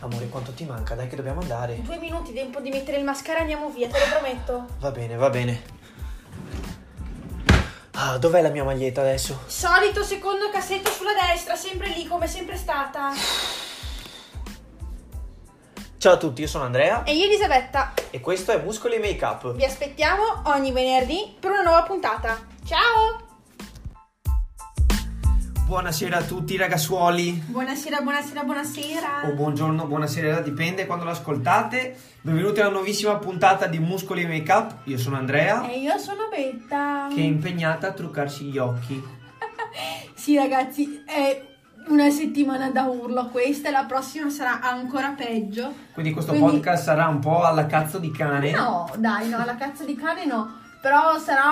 Amore, quanto ti manca? Dai che dobbiamo andare. 2 minuti, tempo di mettere il mascara, andiamo via, te lo prometto. Va bene, va bene. Ah, dov'è la mia maglietta adesso? Solito secondo cassetto sulla destra, sempre lì come sempre stata. Ciao a tutti, io sono Andrea E io Elisabetta. e questo è Muscoli Make Up. Vi aspettiamo ogni venerdì per una nuova puntata. Ciao! Buonasera a tutti ragazzuoli. Buonasera, buonasera, buonasera. O buongiorno, buonasera, dipende quando l'ascoltate. Benvenuti alla nuovissima puntata di Muscoli Make Up. Io sono Andrea, E io sono Betta. che è impegnata a truccarsi gli occhi. Sì ragazzi, è una settimana da urlo questa e la prossima sarà ancora peggio. Quindi questo podcast sarà un po' alla cazzo di cane. No, dai, no, la cazzo di cane no. Però sarà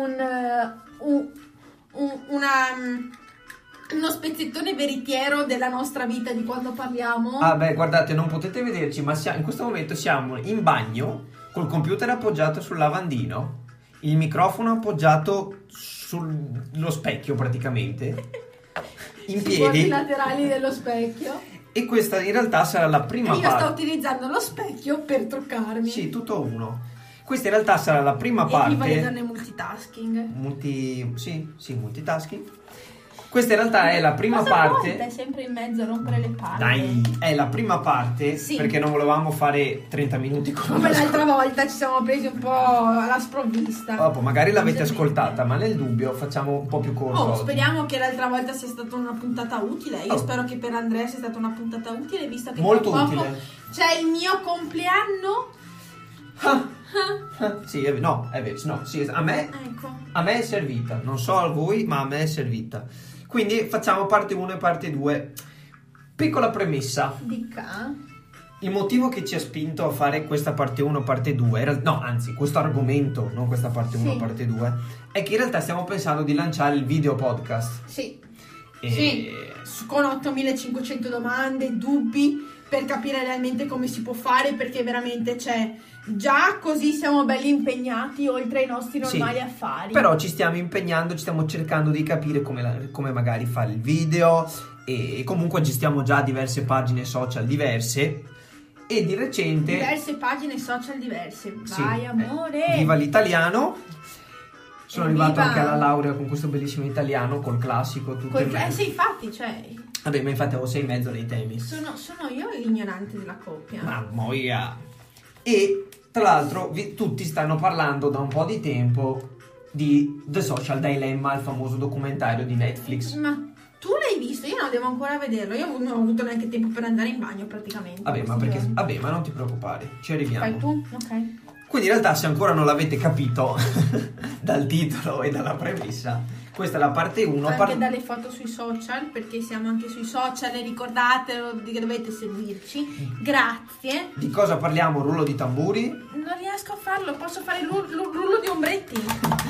uno spezzettone veritiero della nostra vita, di quando parliamo. Ah beh, guardate, non potete vederci, ma in questo momento siamo in bagno col computer appoggiato sul lavandino, il microfono appoggiato sullo specchio praticamente, in Sui bordi piedi. laterali dello specchio. E questa in realtà sarà la prima Io sto parte. utilizzando lo specchio per truccarmi. Sì, tutto uno. Questa in realtà sarà la prima Equivale a parte. nel multitasking. Sì, multitasking. Questa in realtà è la prima parte. È sempre in mezzo a rompere le palle. Dai, è la prima parte, Sì. perché non volevamo fare 30 minuti Come l'altra volta ci siamo presi un po' alla sprovvista. Dopo, magari l'avete Semplicemente. ascoltata, ma nel dubbio facciamo un po' più corto. Oh, oggi. speriamo che l'altra volta sia stata una puntata utile. Io Oh. spero che per Andrea sia stata una puntata utile, visto che Molto tra poco utile. c'è il mio compleanno. Sì, no, è vero, no, sì, a me Ecco. è servita. Non so a voi, ma a me è servita. Quindi facciamo parte 1 e parte 2. Piccola premessa. Dica. Il motivo che ci ha spinto a fare questa parte 1 parte 2, no, anzi, questo argomento, non questa parte 1 Sì. parte 2, è che in realtà stiamo pensando di lanciare il video podcast. Sì. E... Sì. Con 8500 domande, dubbi, per capire realmente come si può fare, perché veramente c'è. Già così siamo belli impegnati oltre ai nostri normali Sì, affari. però ci stiamo impegnando, ci stiamo cercando di capire come magari fare il video e comunque gestiamo già diverse pagine social diverse e di recente... Diverse pagine social diverse. Sì, Vai amore. viva l'italiano! Sono Evviva! arrivato anche alla laurea con questo bellissimo italiano, col classico, tutto in mezzo. Sì, infatti, cioè, Vabbè, ma infatti avevo 6 in mezzo nei temi. sono io l'ignorante della coppia. Mamma mia! E tra l'altro tutti stanno parlando da un po' di tempo di The Social Dilemma, il famoso documentario di Netflix. Ma tu l'hai visto? Io non devo ancora vederlo. Io non ho avuto neanche tempo per andare in bagno praticamente. Vabbè, ma non ti preoccupare, ci arriviamo. Fai tu? Ok. Quindi in realtà, se ancora non l'avete capito dal titolo e dalla premessa, questa è la parte 1. Anche dalle foto sui social, perché siamo anche sui social e ricordatelo che dovete seguirci. Grazie. Di cosa parliamo? Rullo di tamburi? Non riesco a farlo, posso fare il rullo di ombretti.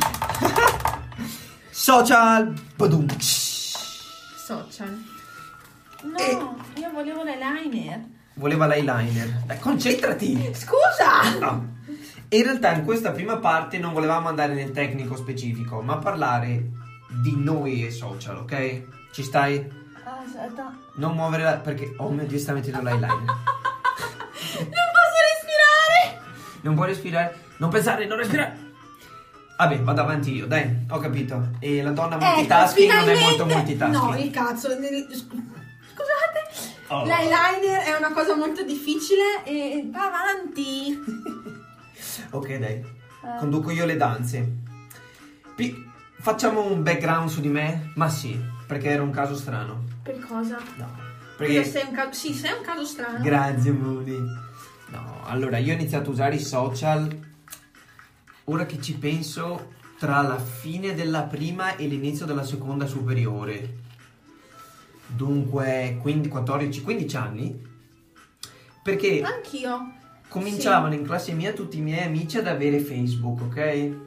Social badum. Social. No, E- io volevo l'eyeliner. Voleva l'eyeliner. Dai, concentrati! Scusa! No. E in realtà in questa prima parte non volevamo andare nel tecnico specifico, ma parlare di noi e social, ok? Ci stai? Aspetta. Non muovere perché, oh mio Dio, sta mettendo l'eyeliner. Non posso respirare! Non puoi respirare? Non pensare, non respirare! Vabbè, vado avanti io, dai, ho capito. E la donna multitasking non è molto multitasking. No, il cazzo. Scusate. Oh. L'eyeliner è una cosa molto difficile e va avanti. Ok, dai. Conduco io le danze. Facciamo un background su di me? Ma sì, perché era un caso strano. Per cosa? No. Perché Perché... sei un caso. Sì, sei un caso strano. Grazie, amore. No, allora, io ho iniziato a usare i social, ora che ci penso, tra la fine della prima e l'inizio della seconda superiore. Dunque, 15 anni. Perché Anch'io. cominciavano in classe mia tutti i miei amici ad avere Facebook, ok?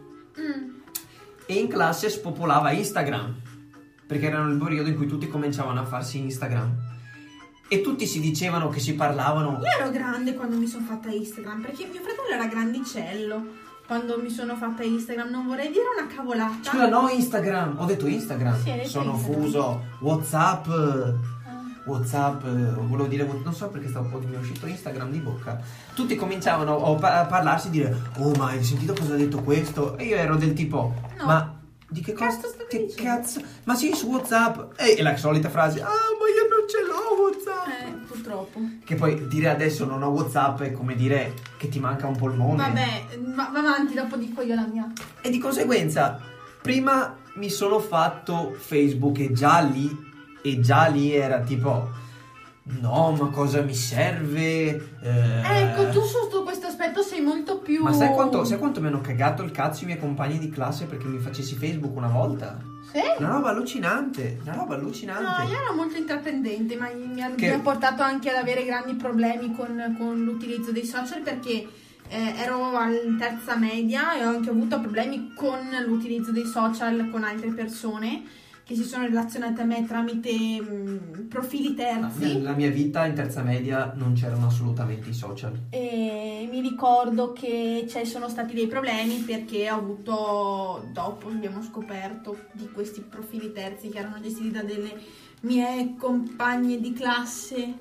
E in classe spopolava Instagram, perché era il periodo in cui tutti cominciavano a farsi Instagram. E tutti si dicevano che si parlavano. Io ero grande quando mi sono fatta Instagram, perché mio fratello era grandicello quando mi sono fatta Instagram. Non vorrei dire una cavolata. Scusa, no, Instagram. Ho detto Instagram. Sì, hai detto Sono Instagram. fuso. WhatsApp. WhatsApp, volevo dire, non so perché mi è uscito Instagram di bocca. Tutti cominciavano a parlarsi, dire, oh ma hai sentito cosa ha detto questo? E io ero del tipo, No. ma di che cosa? Cazzo stavi Che dicendo? cazzo? Ma sì, su WhatsApp. E la solita frase, ah ma io non ce l'ho WhatsApp. Purtroppo. Che poi dire adesso non ho WhatsApp è come dire che ti manca un polmone. Vabbè, va avanti, dopo dico io la mia. E di conseguenza, prima mi sono fatto Facebook e già lì era tipo, no, ma cosa mi serve? Ecco, tu sotto questo aspetto sei molto più... Ma sai quanto mi hanno cagato il cazzo i miei compagni di classe perché mi facessi Facebook una volta? Sì? Una roba allucinante. No, io ero molto intraprendente, ma mi ha portato anche ad avere grandi problemi con l'utilizzo dei social perché ero in terza media e ho anche avuto problemi con l'utilizzo dei social con altre persone che si sono relazionate a me tramite profili terzi. Nella mia vita in terza media non c'erano assolutamente i social. E mi ricordo che ci sono stati dei problemi perché dopo abbiamo scoperto di questi profili terzi che erano gestiti da delle mie compagne di classe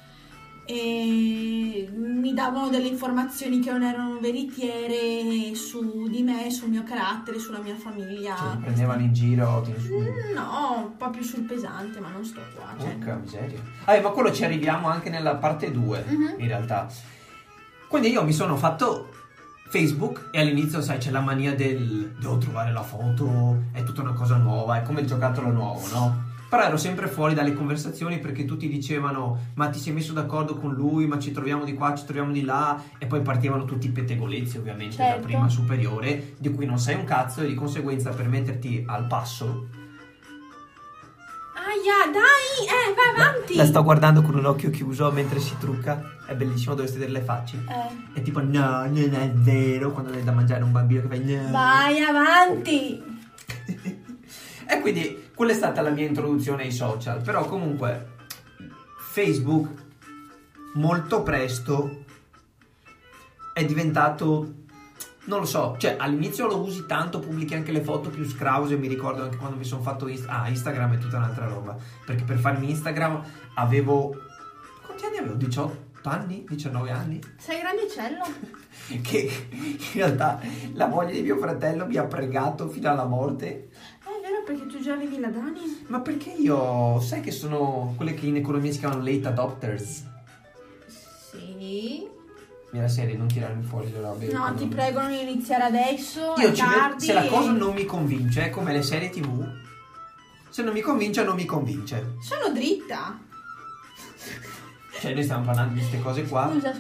e mi davano delle informazioni che non erano veritiere su di me, sul mio carattere, sulla mia famiglia. Cioè, ti prendevano in giro? No, un po' più sul pesante, ma non sto qua. Porca miseria. Ma quello ci arriviamo anche nella parte 2, in realtà. Quindi io mi sono fatto Facebook e all'inizio, sai, c'è la mania devo trovare la foto, è tutta una cosa nuova, è come il giocattolo nuovo, no? Però ero sempre fuori dalle conversazioni perché tutti dicevano ma ti sei messo d'accordo con lui, ma ci troviamo di qua, ci troviamo di là, e poi partivano tutti i pettegolezzi ovviamente da prima superiore di cui non sai un cazzo e di conseguenza per metterti al passo. Aia, dai, vai avanti. La sto guardando con un occhio chiuso mentre si trucca, è bellissimo, dovreste vedere le facce. È tipo no, non è vero, quando dai da mangiare a un bambino che fai no. Vai avanti. E quindi quella è stata la mia introduzione ai social. Però comunque Facebook molto presto è diventato, non lo so, cioè all'inizio lo usi tanto, pubblichi anche le foto più scrause. Mi ricordo anche quando mi sono fatto Instagram è tutta un'altra roba, perché per farmi Instagram avevo, quanti anni avevo? 18 anni? 19 anni? Sei grandicello. Che in realtà la moglie di mio fratello mi ha pregato fino alla morte. Perché tu già avevi la Dani? Ma perché io, sai che sono quelle che in economia si chiamano late adopters? Sì. Nella serie non tirarmi fuori le robe. No, ti prego non iniziare adesso. Io tardi se la cosa non mi convince, è come le serie TV. Se non mi convince, non mi convince. Sono dritta. Cioè noi stiamo parlando di queste cose qua. Scusa,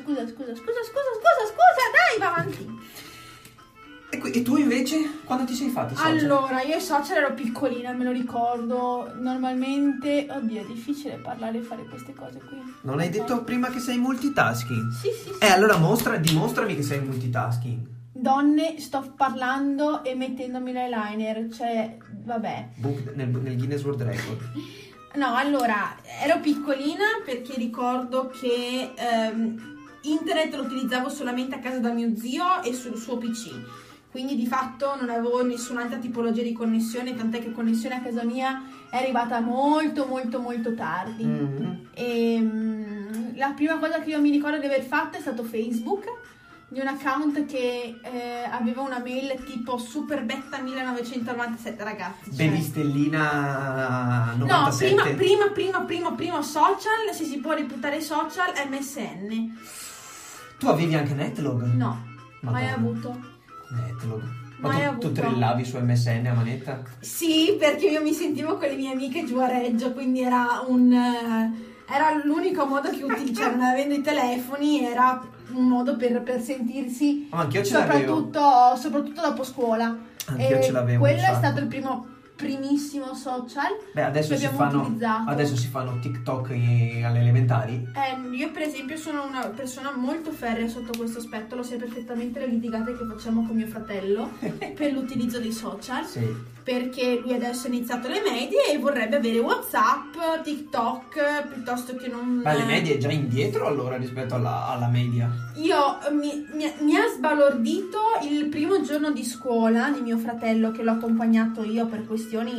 dai, va avanti. E tu invece, quando ti sei fatti? Allora, io ai social ero piccolina, me lo ricordo. Normalmente, oddio, è difficile parlare e fare queste cose qui. Non hai detto prima che sei multitasking? Sì. Allora dimostrami che sei multitasking. Donne, sto parlando e mettendomi l'eyeliner, cioè, vabbè. Nel Guinness World Record. No, allora, ero piccolina perché ricordo che internet lo utilizzavo solamente a casa da mio zio e sul suo PC. Quindi di fatto non avevo nessun'altra tipologia di connessione, tant'è che connessione a casa mia è arrivata molto tardi. E la prima cosa che io mi ricordo di aver fatto è stato Facebook, di un account che aveva una mail tipo Superbetta 1997, ragazzi. Cioè. Baby Stellina 97. No, prima social, se si può reputare social, MSN. Tu avevi anche Netlog? No, Madonna. mai avuto. Netlog. Mai Ma tu trillavi su MSN a manetta? Sì, perché io mi sentivo con le mie amiche giù a Reggio, quindi era l'unico modo che utilizzavo, non avendo i telefoni, era un modo per sentirsi, ma anch'io ce l'avevo. soprattutto dopo scuola. Anch'io ce l'avevo. Quello è stato il primissimo social. Beh, adesso si fanno TikTok alle elementari. Io per esempio sono una persona molto ferrea sotto questo aspetto, lo sai perfettamente le litigate che facciamo con mio fratello per l'utilizzo dei social. Sì. Perché lui adesso ha iniziato le medie e vorrebbe avere WhatsApp, TikTok, piuttosto che non... Ma le medie è già indietro allora rispetto alla media? Mi ha sbalordito il primo giorno di scuola di mio fratello, che l'ho accompagnato io per questioni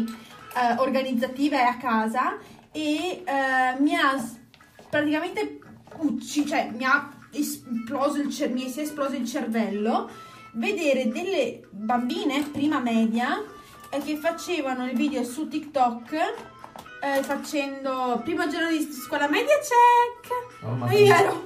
organizzativa e a casa, e mi ha praticamente cioè mi si è esploso il cervello vedere delle bambine prima media che facevano il video su TikTok facendo primo giorno di scuola media, check. E io ero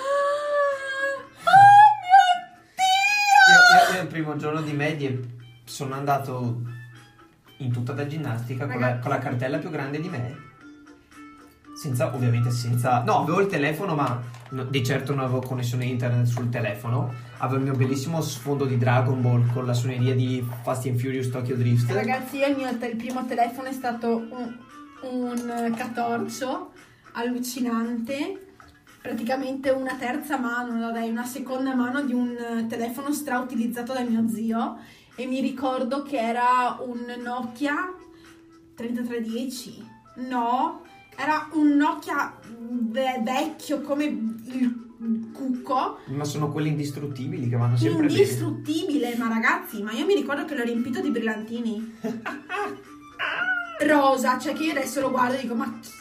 io il primo giorno di medie sono andato in tutta da ginnastica con la cartella più grande di me. Ovviamente senza... No, avevo il telefono, ma di certo non avevo connessione internet sul telefono. Avevo il mio bellissimo sfondo di Dragon Ball con la suoneria di Fast and Furious Tokyo Drift. Ragazzi, il primo telefono è stato un catorcio allucinante. Praticamente una terza mano, una seconda mano di un telefono strautilizzato da mio zio. E mi ricordo che era un Nokia 3310. No... Era un Nokia vecchio come il cucco. Ma sono quelli indistruttibili che vanno sempre bene. Indistruttibile, ma ragazzi, ma io mi ricordo che l'ho riempito di brillantini. Rosa, cioè che io adesso lo guardo e dico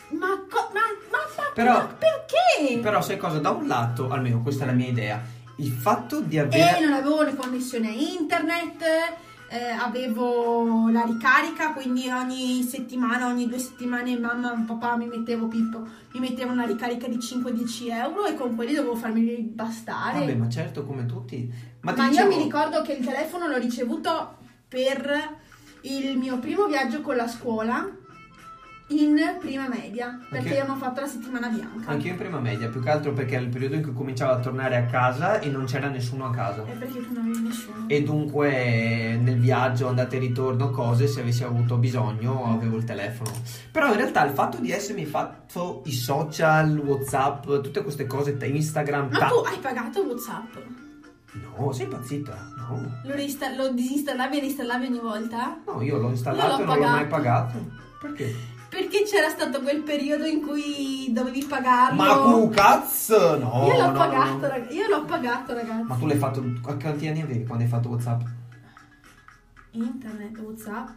però, perché? Però sai cosa? Da un lato, almeno questa è la mia idea, il fatto di avere... E non avevo le connessioni a internet... avevo la ricarica, quindi ogni 2 settimane mamma e papà mi mettevano una ricarica di 5-10 euro e con quelli dovevo farmi bastare. Vabbè, ma certo, come tutti. Ma io mi ricordo che il telefono l'ho ricevuto per il mio primo viaggio con la scuola in prima media, perché abbiamo fatto la settimana bianca. Anch'io in prima media, più che altro perché era il periodo in cui cominciavo a tornare a casa e non c'era nessuno a casa. E perché tu non avevi nessuno. E dunque nel viaggio, andata e ritorno, cose, se avessi avuto bisogno avevo il telefono. Però in realtà il fatto di essermi fatto i social, WhatsApp, tutte queste cose, Instagram... Ma tu hai pagato WhatsApp? No, sei impazzita? No. Lo disinstallavi e reinstallavi ogni volta? No, io l'ho installato e non l'ho mai pagato. Perché? Perché c'era stato quel periodo in cui dovevi pagarlo. Ma cazzo! No, io l'ho pagato, ragazzi. Ma tu l'hai fatto... Quanti anni avevi quando hai fatto WhatsApp? Internet, WhatsApp?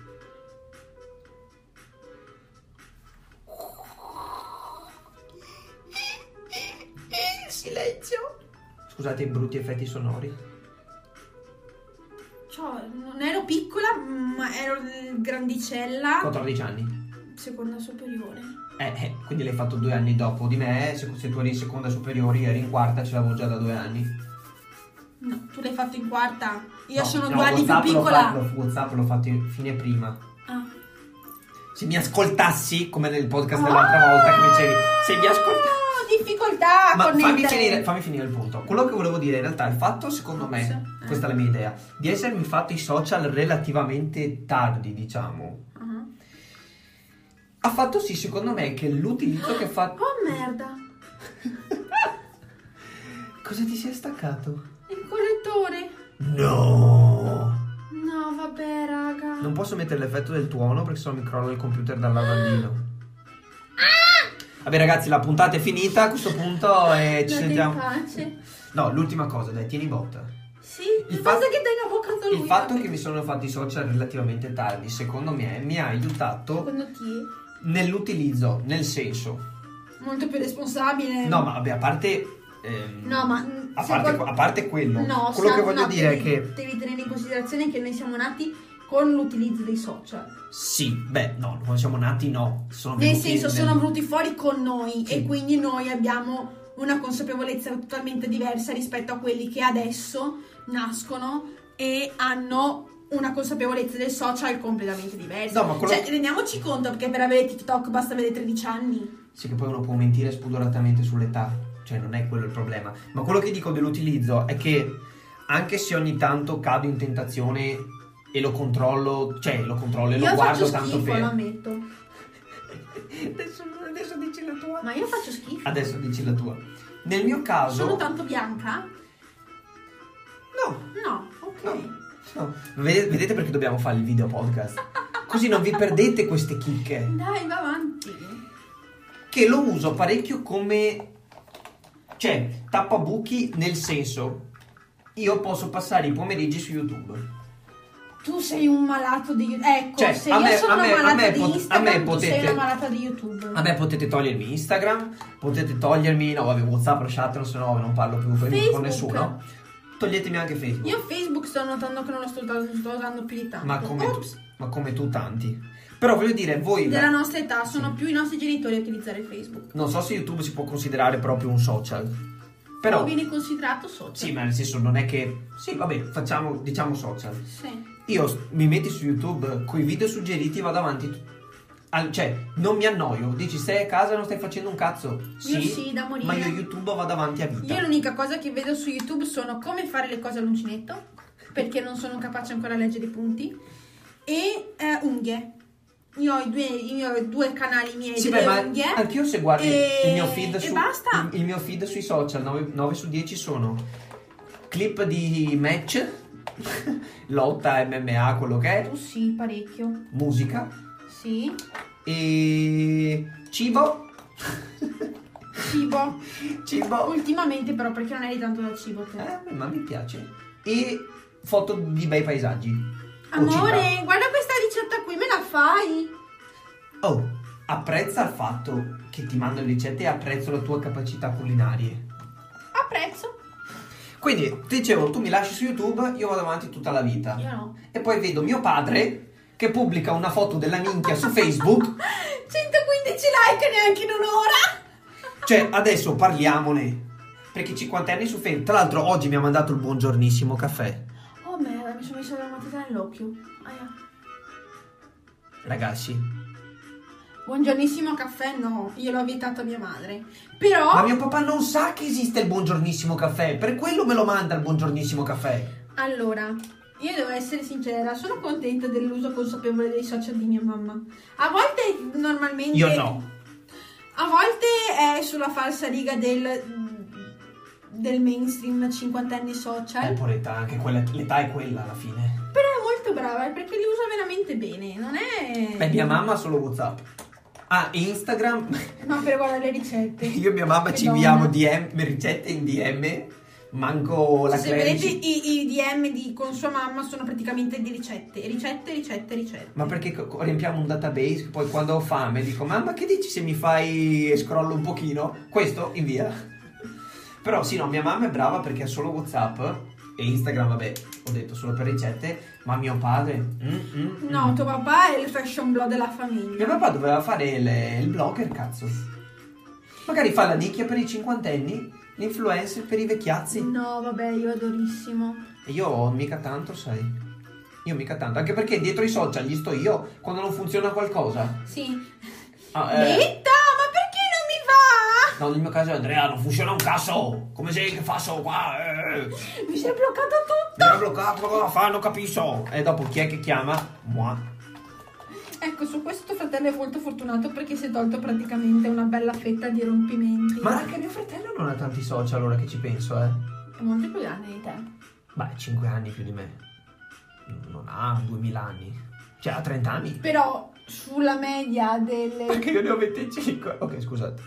Silenzio. Scusate i brutti effetti sonori. Cioè, non ero piccola, ma ero grandicella. 14 anni. Seconda superiore. Quindi l'hai fatto 2 anni dopo di me. Se tu eri in seconda superiore, eri in quarta, ce l'avevo già da 2 anni. No, tu l'hai fatto in quarta. Io no, sono 2 anni più piccola. WhatsApp l'ho fatto fine prima. Ah. Se mi ascoltassi, come nel podcast dell'altra volta che mi dicevi, se mi ascoltassi... difficoltà a connettere. Fammi finire il punto. Quello che volevo dire in realtà, il fatto, secondo me, questa è la mia idea, di essermi fatto i social relativamente tardi, diciamo, ha fatto sì, secondo me, che l'utilizzo che ha fatto... Oh merda! Cosa ti si è staccato? Il correttore. No! No, vabbè, raga. Non posso mettere l'effetto del tuono perché sennò mi crolla il computer dal lavandino. Vabbè ragazzi, la puntata è finita a questo punto e ci sentiamo. In pace. No, l'ultima cosa, dai, tieni botta. Sì, basta che dai la bocca a lui. Il fatto che mi sono fatti i social relativamente tardi, secondo me, mi ha aiutato. Secondo te? Nell'utilizzo, nel senso. Molto più responsabile. No, ma vabbè, a parte. No, ma. A parte quello. No, quello che voglio dire è che. Devi tenere in considerazione che noi siamo nati con l'utilizzo dei social. Sì, beh, no, quando siamo nati no. Nel senso, sono venuti fuori con noi, sì. E quindi noi abbiamo una consapevolezza totalmente diversa rispetto a quelli che adesso nascono e hanno una consapevolezza del social completamente diversa. No, ma cioè, rendiamoci conto, perché per avere TikTok basta avere 13 anni. Sì, che poi uno può mentire spudoratamente sull'età, cioè non è quello il problema. Ma quello che dico dell'utilizzo è che anche se ogni tanto cado in tentazione e lo controllo, e lo guardo tanto per... Io lo ammetto. Adesso dici la tua. Ma io faccio schifo. Adesso dici la tua. Nel mio caso... Sono tanto bianca? No, ok. No. Vedete perché dobbiamo fare il video podcast? Così non vi perdete queste chicche. Dai, va avanti. Che lo uso parecchio come... Cioè, tappabuchi, nel senso... Io posso passare i pomeriggi su YouTube. Tu sei un malato di YouTube. Ecco, Cioè, se io sono una malata di Instagram, tu potete, sei una malata di YouTube. A me potete togliermi Instagram, potete togliermi, no vabbè, WhatsApp, lasciatelo, se no non parlo più con nessuno. Toglietemi anche Facebook. Io Facebook sto notando che non lo sto usando più di tanto. Ma come tu tanti. Però voglio dire, voi della nostra età sono più i nostri genitori a utilizzare Facebook. Non so se YouTube si può considerare proprio un social. Però viene considerato social. Sì, ma nel senso non è che... Sì, vabbè, diciamo social. Sì. Io mi metti su YouTube coi video suggeriti, vado avanti. Cioè, non mi annoio. Dici, stai a casa e non stai facendo un cazzo. Io sì, da morire. Ma io YouTube vado avanti a vita. Io l'unica cosa che vedo su YouTube sono come fare le cose all'uncinetto, perché non sono capace ancora a leggere i punti, e unghie. Io ho due canali miei delle unghie. Anch'io se guardi il mio feed basta. Il mio feed sui social, 9 su 10 sono clip di match, lotta, MMA, quello che è. Tu sì, parecchio. Musica. Sì. E cibo. Cibo. Ultimamente però, perché non eri tanto da cibo te. Ma mi piace. E foto di bei paesaggi. Amore, guarda questa ricetta qui, me la fai? Oh, apprezza il fatto che ti mando le ricette e apprezzo le tue capacità culinarie. Apprezzo. Quindi, ti dicevo, tu mi lasci su YouTube, io vado avanti tutta la vita. Io no. E poi vedo mio padre che pubblica una foto della minchia su Facebook. 115 like neanche in un'ora. Cioè, adesso parliamone. Perché 50 anni su Facebook. Tra l'altro, oggi mi ha mandato il buongiornissimo caffè. Oh merda, mi sono messa la matita nell'occhio. Ragazzi, buongiornissimo caffè no, io l'ho vietato a mia madre. Però... Ma mio papà non sa che esiste il buongiornissimo caffè. Per quello me lo manda il buongiornissimo caffè. Allora, io devo essere sincera, sono contenta dell'uso consapevole dei social di mia mamma. A volte, normalmente... Io no. A volte è sulla falsa riga del mainstream 50 anni social. Poretta, anche quella, l'età è quella alla fine. Però è molto brava perché li usa veramente bene, non è... Beh, mia mamma ha solo WhatsApp. Ah, Instagram. Ma per guardare le ricette. Io e mia mamma ci inviamo ricette in DM. Manco la Se vedete i DM con sua mamma sono praticamente di ricette. Ma perché riempiamo un database, poi quando ho fame dico mamma che dici se mi fai e scrollo un pochino? Questo invia. Però sì, no, mia mamma è brava perché ha solo WhatsApp e Instagram, vabbè, ho detto solo per ricette, ma mio padre... No, tuo papà è il fashion blog della famiglia. Mio papà doveva fare il blogger, cazzo. Magari fa la nicchia per i cinquantenni, l'influencer per i vecchiazzi. No, vabbè, io adorissimo. E io mica tanto, sai. Io mica tanto, anche perché dietro i social gli sto io quando non funziona qualcosa. Sì. Netta, ma perché non mi va? No, nel mio caso Andrea non funziona un cazzo. Come sei che faccio qua? Mi si è bloccato tutto. Mi è bloccato, cosa fa? Non capisco. E dopo chi è che chiama? Moi. Ecco, su questo tuo fratello è molto fortunato perché si è tolto praticamente una bella fetta di rompimenti. Ma anche mio fratello non ha tanti social, ora che ci penso, È molto più grande di te. Beh, 5 anni più di me. Non ha 2000 anni. Cioè, ha 30 anni. Però, sulla media delle... Perché io ne ho 25. Ok, scusate.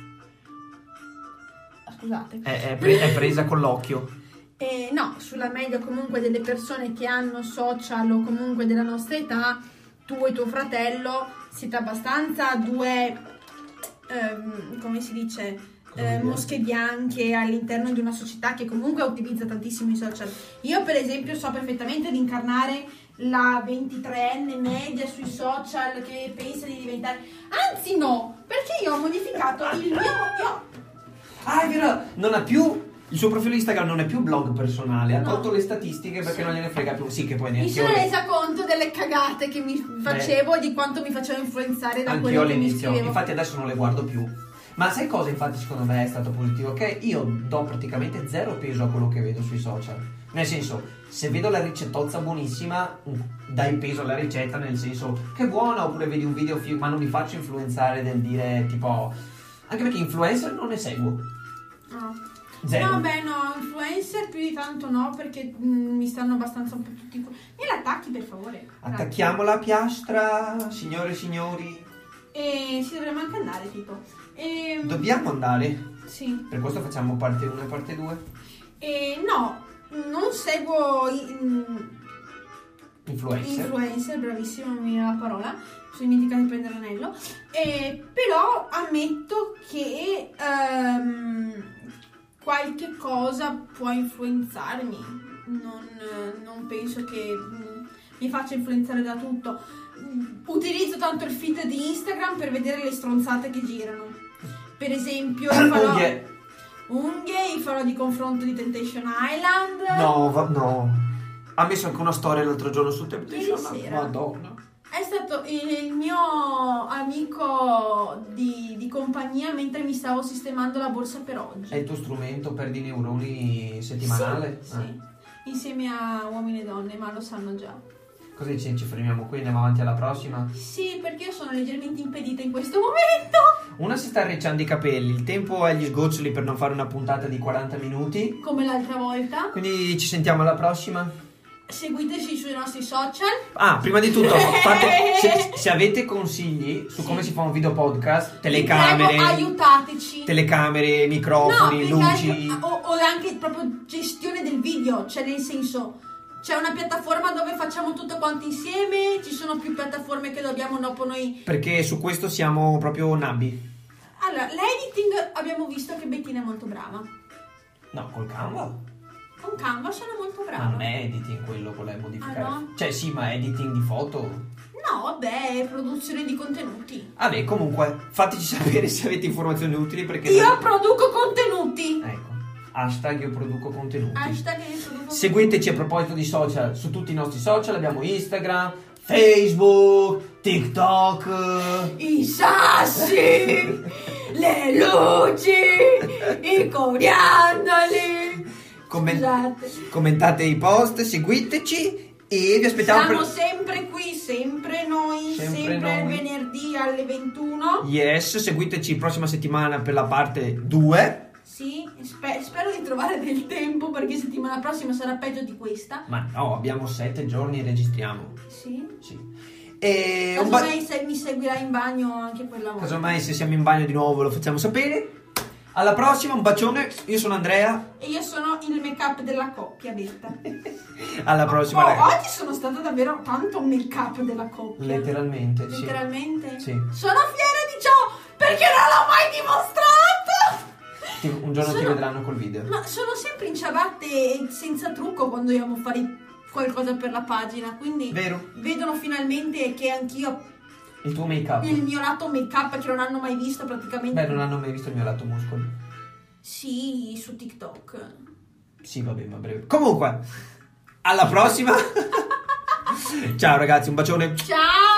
Scusate. È presa con l'occhio. No, sulla media comunque delle persone che hanno social o comunque della nostra età, tu e tuo fratello siete abbastanza due, come si dice, mosche bianche all'interno di una società che comunque utilizza tantissimo i social. Io per esempio so perfettamente di incarnare la 23enne media sui social che pensa di diventare... Anzi no, perché io ho modificato il mio... Ah, è vero, non ha più... Il suo profilo Instagram non è più blog personale, ha tolto le statistiche perché non gliene frega più. Sì, che poi neanche mi sono resa conto delle cagate che mi facevo e di quanto mi facevo influenzare da quello che mi scrivevo. Infatti adesso non le guardo più. Ma sai cosa infatti secondo me è stato positivo? Che io do praticamente zero peso a quello che vedo sui social. Nel senso, se vedo la ricettozza buonissima, dai peso alla ricetta, nel senso che è buona, oppure vedi un video ma non mi faccio influenzare del dire tipo... Anche perché influencer non ne seguo. No. Zero. No, beh, no, influencer più di tanto no, perché mi stanno abbastanza un po' tutti... Me l'attacchi, per favore? Attacchiamo la piastra, signore e signori. E si dovremmo anche andare, tipo. Dobbiamo andare? Sì. Per questo facciamo parte 1 e parte 2? No, non seguo... influencer, bravissimo, non mi viene la parola, sono dimenticata di prendere l'anello. Però ammetto che qualche cosa può influenzarmi, non penso che mi faccia influenzare da tutto. Utilizzo tanto il feed di Instagram per vedere le stronzate che girano. Per esempio, unghie, i farò di confronto di Temptation Island. No. Ha messo anche una storia l'altro giorno su Temptation Island. Madonna. È stato il mio amico di compagnia mentre mi stavo sistemando la borsa per oggi. È il tuo strumento per di neuroni settimanale? Sì. Insieme a uomini e donne, ma lo sanno già. Cosa dici? Ci fermiamo qui, andiamo avanti alla prossima? Sì, perché io sono leggermente impedita in questo momento. Una si sta arricciando i capelli, il tempo è agli sgoccioli per non fare una puntata di 40 minuti. Come l'altra volta. Quindi ci sentiamo alla prossima. Seguiteci sui nostri social. Prima di tutto, se avete consigli su come si fa un video podcast, telecamere, prego, aiutateci. Telecamere, microfoni, luci. O anche proprio gestione del video, cioè nel senso, c'è una piattaforma dove facciamo tutto quanto insieme, ci sono più piattaforme che dobbiamo dopo noi. Perché su questo siamo proprio nabbi. Allora, l'editing abbiamo visto che Bettina è molto brava. No, col Canva. Con Canva sono molto brava. Ma non è editing quello con le modificare. No? Cioè sì, ma editing di foto. No, vabbè, è produzione di contenuti. Vabbè, comunque, fateci sapere se avete informazioni utili perché... Io produco contenuti. Ecco, hashtag io produco contenuti. Hashtag io produco contenuti. Seguiteci a proposito di social, su tutti i nostri social, abbiamo Instagram, Facebook, TikTok. I sassi, le luci, i coriandoli. Commentate i post, seguiteci e vi aspettiamo. Siamo sempre qui, sempre noi, sempre il venerdì alle 21. Yes, seguiteci prossima settimana per la parte 2. Sì, spero di trovare del tempo perché settimana prossima sarà peggio di questa. Ma no, abbiamo 7 giorni e registriamo. Sì? Sì. E casomai se mi seguirai in bagno anche quella volta. Casomai se siamo in bagno di nuovo lo facciamo sapere. Alla prossima, un bacione, io sono Andrea. E io sono il make up della coppia, Betta. Alla prossima, ragazzi. Oggi sono stata davvero tanto make up della coppia. Letteralmente, sì. Letteralmente? Sì. Sono fiera di ciò perché non l'ho mai dimostrato. Un giorno ti vedranno col video. Ma sono sempre in ciabatte e senza trucco quando dobbiamo fare qualcosa per la pagina, quindi vero. Vedono finalmente che anch'io il tuo make up. Il mio lato make up che non hanno mai visto praticamente. Beh, non hanno mai visto il mio lato muscoli. Sì, su TikTok. Sì, vabbè, ma breve. Comunque, alla prossima. Ciao ragazzi, un bacione. Ciao.